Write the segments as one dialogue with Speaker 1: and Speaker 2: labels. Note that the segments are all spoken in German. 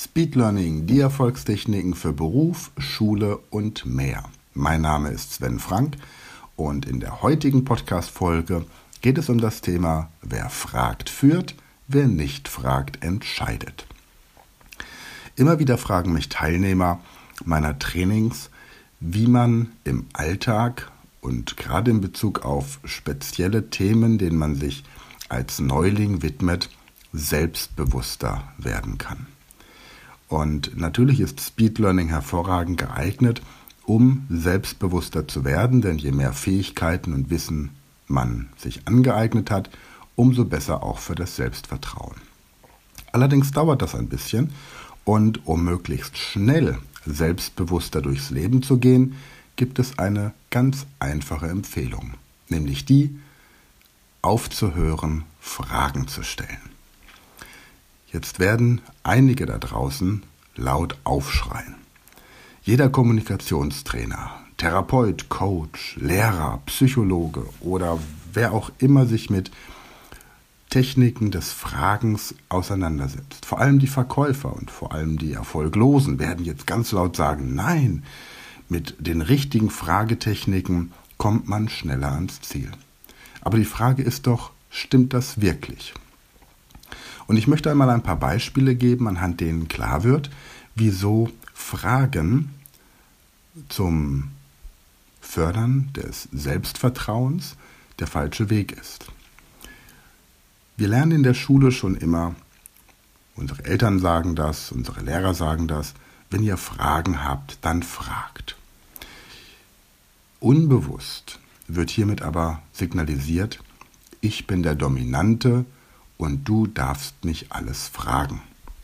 Speaker 1: Speed Learning, die Erfolgstechniken für Beruf, Schule und mehr. Mein Name ist Sven Frank und in der heutigen Podcast-Folge geht es um das Thema: Wer fragt, führt, wer nicht fragt, entscheidet. Immer wieder fragen mich Teilnehmer meiner Trainings, wie man im Alltag und gerade in Bezug auf spezielle Themen, denen man sich als Neuling widmet, selbstbewusster werden kann. Und natürlich ist Speed Learning hervorragend geeignet, um selbstbewusster zu werden, denn je mehr Fähigkeiten und Wissen man sich angeeignet hat, umso besser auch für das Selbstvertrauen. Allerdings dauert das ein bisschen und um möglichst schnell selbstbewusster durchs Leben zu gehen, gibt es eine ganz einfache Empfehlung, nämlich die, aufzuhören, Fragen zu stellen. Jetzt werden einige da draußen laut aufschreien. Jeder Kommunikationstrainer, Therapeut, Coach, Lehrer, Psychologe oder wer auch immer sich mit Techniken des Fragens auseinandersetzt, vor allem die Verkäufer und vor allem die Erfolglosen, werden jetzt ganz laut sagen: Nein, mit den richtigen Fragetechniken kommt man schneller ans Ziel. Aber die Frage ist doch, stimmt das wirklich? Und ich möchte einmal ein paar Beispiele geben, anhand denen klar wird, wieso Fragen zum Fördern des Selbstvertrauens der falsche Weg ist. Wir lernen in der Schule schon immer, unsere Eltern sagen das, unsere Lehrer sagen das: Wenn ihr Fragen habt, dann fragt. Unbewusst wird hiermit aber signalisiert: Ich bin der Dominante und du darfst mich alles fragen.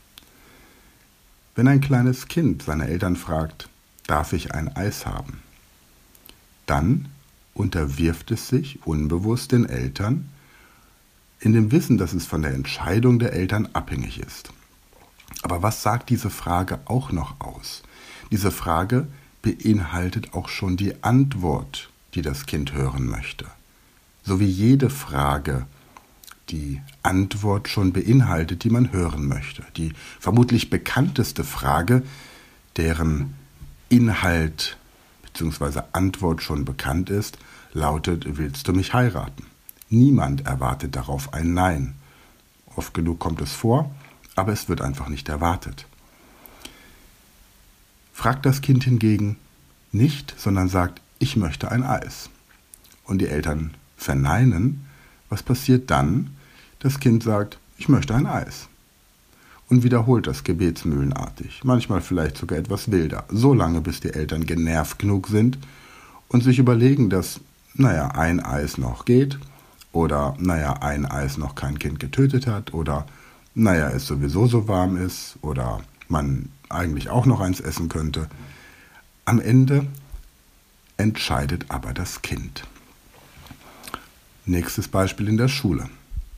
Speaker 1: Wenn ein kleines Kind seine Eltern fragt: Darf ich ein Eis haben? Dann unterwirft es sich unbewusst den Eltern, in dem Wissen, dass es von der Entscheidung der Eltern abhängig ist. Aber was sagt diese Frage auch noch aus? Diese Frage beinhaltet auch schon die Antwort, die das Kind hören möchte. So wie jede Frage die Antwort schon beinhaltet, die man hören möchte. Die vermutlich bekannteste Frage, deren Inhalt bzw. Antwort schon bekannt ist, lautet: Willst du mich heiraten? Niemand erwartet darauf ein Nein. Oft genug kommt es vor, aber es wird einfach nicht erwartet. Fragt das Kind hingegen nicht, sondern sagt: Ich möchte ein Eis. Und die Eltern verneinen. Was passiert dann? Das Kind sagt: Ich möchte ein Eis. Und wiederholt das gebetsmühlenartig, manchmal vielleicht sogar etwas wilder, so lange, bis die Eltern genervt genug sind und sich überlegen, dass, ein Eis noch geht oder, ein Eis noch kein Kind getötet hat oder, es sowieso so warm ist oder man eigentlich auch noch eins essen könnte. Am Ende entscheidet aber das Kind. Nächstes Beispiel in der Schule.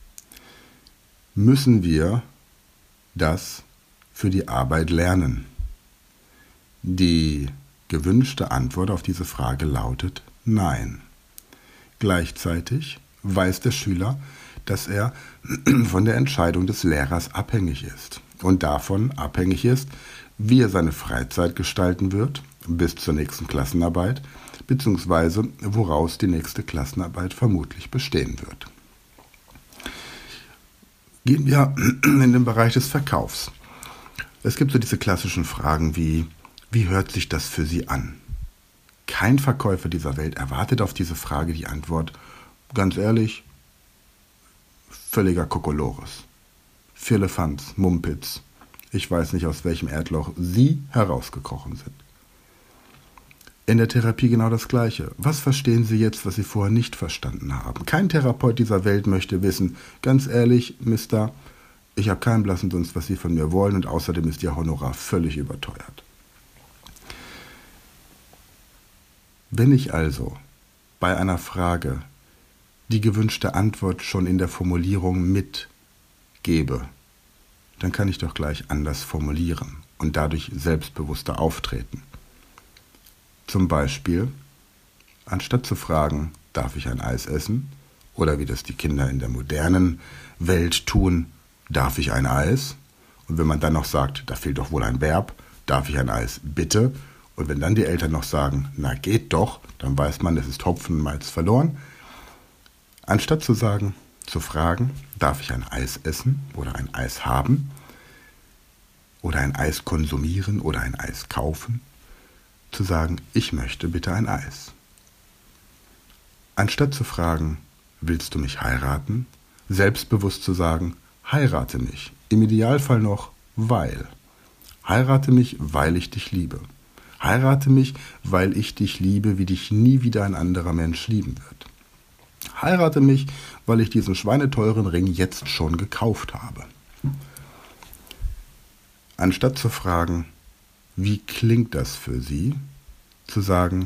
Speaker 1: Müssen wir das für die Arbeit lernen? Die gewünschte Antwort auf diese Frage lautet Nein. Gleichzeitig weiß der Schüler, dass er von der Entscheidung des Lehrers abhängig ist und davon abhängig ist, wie er seine Freizeit gestalten wird bis zur nächsten Klassenarbeit, beziehungsweise woraus die nächste Klassenarbeit vermutlich bestehen wird. Gehen wir in den Bereich des Verkaufs. Es gibt so diese klassischen Fragen wie: Wie hört sich das für Sie an? Kein Verkäufer dieser Welt erwartet auf diese Frage die Antwort: Ganz ehrlich, völliger Kokolores. Firlefanz, Mumpitz. Ich weiß nicht, aus welchem Erdloch Sie herausgekrochen sind. In der Therapie genau das Gleiche. Was verstehen Sie jetzt, was Sie vorher nicht verstanden haben? Kein Therapeut dieser Welt möchte wissen: Ganz ehrlich, Mister, ich habe keinen blassen Dunst, was Sie von mir wollen, und außerdem ist Ihr Honorar völlig überteuert. Wenn ich also bei einer Frage die gewünschte Antwort schon in der Formulierung mitgebe, dann kann ich doch gleich anders formulieren und dadurch selbstbewusster auftreten. Zum Beispiel, anstatt zu fragen: Darf ich ein Eis essen? Oder wie das die Kinder in der modernen Welt tun: Darf ich ein Eis? Und wenn man dann noch sagt, da fehlt doch wohl ein Verb, darf ich ein Eis, bitte? Und wenn dann die Eltern noch sagen, na geht doch, dann weiß man, es ist Hopfen und Malz verloren. Anstatt zu sagen, zu fragen, darf ich ein Eis essen oder ein Eis haben oder ein Eis konsumieren oder ein Eis kaufen, zu sagen, ich möchte bitte ein Eis. Anstatt zu fragen, willst du mich heiraten, selbstbewusst zu sagen, heirate mich, im Idealfall noch, weil. Heirate mich, weil ich dich liebe. Heirate mich, weil ich dich liebe, wie dich nie wieder ein anderer Mensch lieben wird. Heirate mich, weil ich diesen schweineteuren Ring jetzt schon gekauft habe. Anstatt zu fragen, wie klingt das für Sie, zu sagen,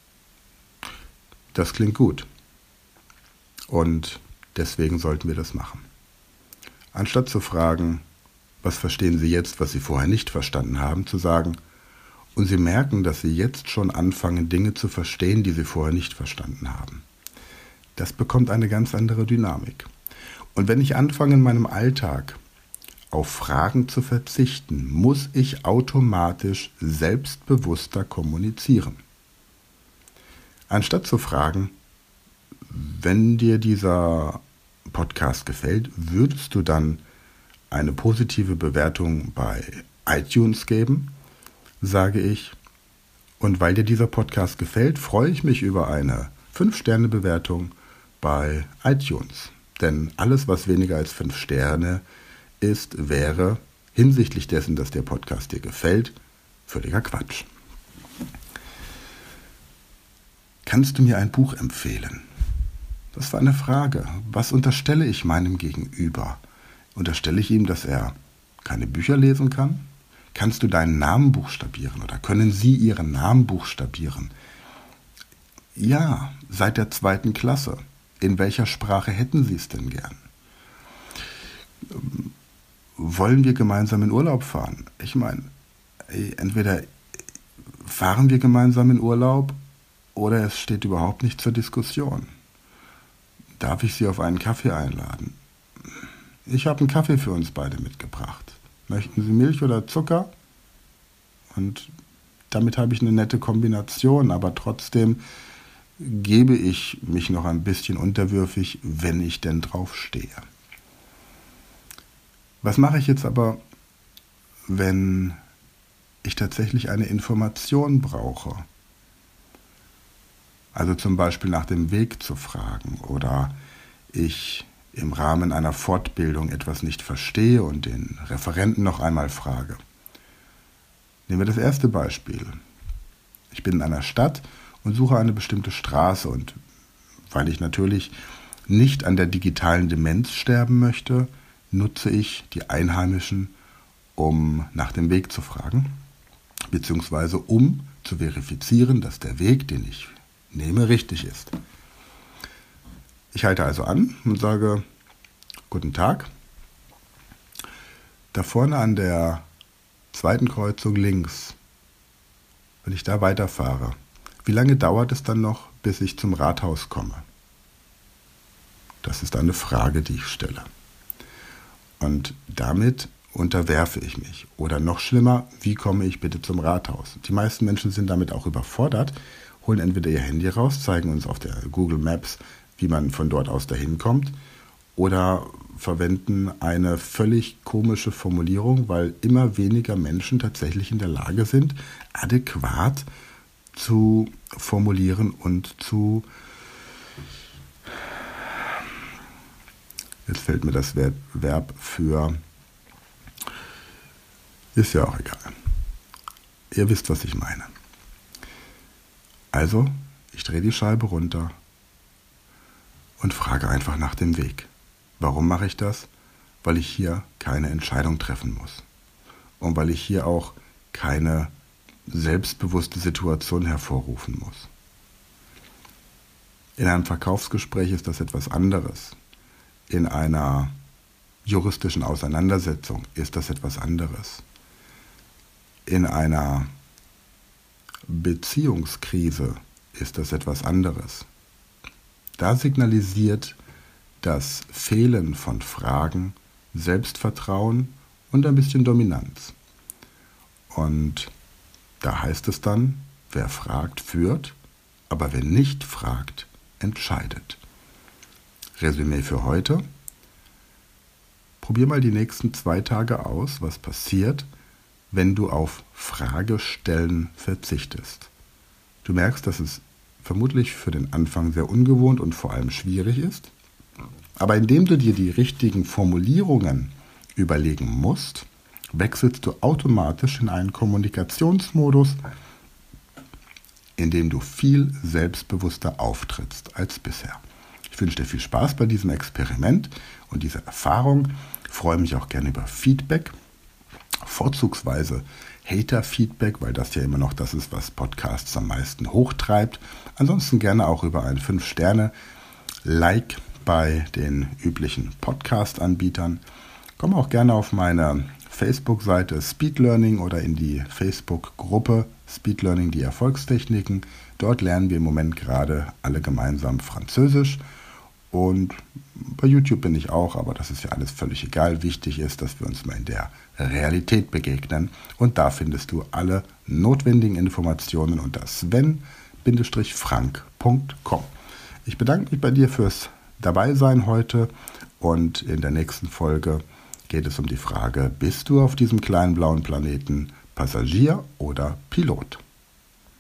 Speaker 1: das klingt gut und deswegen sollten wir das machen. Anstatt zu fragen, was verstehen Sie jetzt, was Sie vorher nicht verstanden haben, zu sagen, und Sie merken, dass Sie jetzt schon anfangen, Dinge zu verstehen, die Sie vorher nicht verstanden haben. Das bekommt eine ganz andere Dynamik. Und wenn ich anfange, in meinem Alltag auf Fragen zu verzichten, muss ich automatisch selbstbewusster kommunizieren. Anstatt zu fragen, wenn dir dieser Podcast gefällt, würdest du dann eine positive Bewertung bei iTunes geben, sage ich, und weil dir dieser Podcast gefällt, freue ich mich über eine 5-Sterne-Bewertung bei iTunes. Denn alles, was weniger als 5 Sterne ist, wäre hinsichtlich dessen, dass der Podcast dir gefällt, völliger Quatsch. Kannst du mir ein Buch empfehlen? Das war eine Frage. Was unterstelle ich meinem Gegenüber? Unterstelle ich ihm, dass er keine Bücher lesen kann? Kannst du deinen Namen buchstabieren oder können Sie Ihren Namen buchstabieren? Ja, seit der 2. Klasse. In welcher Sprache hätten Sie es denn gern? Wollen wir gemeinsam in Urlaub fahren? Ich meine, entweder fahren wir gemeinsam in Urlaub oder es steht überhaupt nicht zur Diskussion. Darf ich Sie auf einen Kaffee einladen? Ich habe einen Kaffee für uns beide mitgebracht. Möchten Sie Milch oder Zucker? Und damit habe ich eine nette Kombination, aber trotzdem gebe ich mich noch ein bisschen unterwürfig, wenn ich denn drauf stehe. Was mache ich jetzt aber, wenn ich tatsächlich eine Information brauche? Also zum Beispiel nach dem Weg zu fragen oder ich im Rahmen einer Fortbildung etwas nicht verstehe und den Referenten noch einmal frage. Nehmen wir das erste Beispiel. Ich bin in einer Stadt und suche eine bestimmte Straße und weil ich natürlich nicht an der digitalen Demenz sterben möchte, nutze ich die Einheimischen, um nach dem Weg zu fragen, beziehungsweise um zu verifizieren, dass der Weg, den ich nehme, richtig ist. Ich halte also an und sage, guten Tag, da vorne an der 2. Kreuzung links, wenn ich da weiterfahre, wie lange dauert es dann noch, bis ich zum Rathaus komme? Das ist eine Frage, die ich stelle. Und damit unterwerfe ich mich. Oder noch schlimmer, wie komme ich bitte zum Rathaus? Die meisten Menschen sind damit auch überfordert, holen entweder ihr Handy raus, zeigen uns auf der Google Maps, wie man von dort aus dahin kommt, oder verwenden eine völlig komische Formulierung, weil immer weniger Menschen tatsächlich in der Lage sind, adäquat zu formulieren und zu... Jetzt fällt mir das Verb für... Ist ja auch egal. Ihr wisst, was ich meine. Also, ich drehe die Scheibe runter und frage einfach nach dem Weg. Warum mache ich das? Weil ich hier keine Entscheidung treffen muss. Und weil ich hier auch keine selbstbewusste Situation hervorrufen muss. In einem Verkaufsgespräch ist das etwas anderes. In einer juristischen Auseinandersetzung ist das etwas anderes. In einer Beziehungskrise ist das etwas anderes. Da signalisiert das Fehlen von Fragen Selbstvertrauen und ein bisschen Dominanz. Und da heißt es dann, wer fragt, führt, aber wer nicht fragt, entscheidet. Resümee für heute. Probier mal die nächsten 2 Tage aus, was passiert, wenn du auf Fragestellen verzichtest. Du merkst, dass es vermutlich für den Anfang sehr ungewohnt und vor allem schwierig ist. Aber indem du dir die richtigen Formulierungen überlegen musst, wechselst du automatisch in einen Kommunikationsmodus, in dem du viel selbstbewusster auftrittst als bisher. Ich wünsche dir viel Spaß bei diesem Experiment und dieser Erfahrung. Ich freue mich auch gerne über Feedback, vorzugsweise Hater-Feedback, weil das ja immer noch das ist, was Podcasts am meisten hochtreibt. Ansonsten gerne auch über ein 5-Sterne-Like bei den üblichen Podcast-Anbietern. Komm auch gerne auf meine Facebook-Seite Speed Learning oder in die Facebook-Gruppe Speed Learning, die Erfolgstechniken. Dort lernen wir im Moment gerade alle gemeinsam Französisch. Und bei YouTube bin ich auch, aber das ist ja alles völlig egal. Wichtig ist, dass wir uns mal in der Realität begegnen. Und da findest du alle notwendigen Informationen unter sven-frank.com. Ich bedanke mich bei dir fürs Dabeisein heute und in der nächsten Folge geht es um die Frage, bist du auf diesem kleinen blauen Planeten Passagier oder Pilot?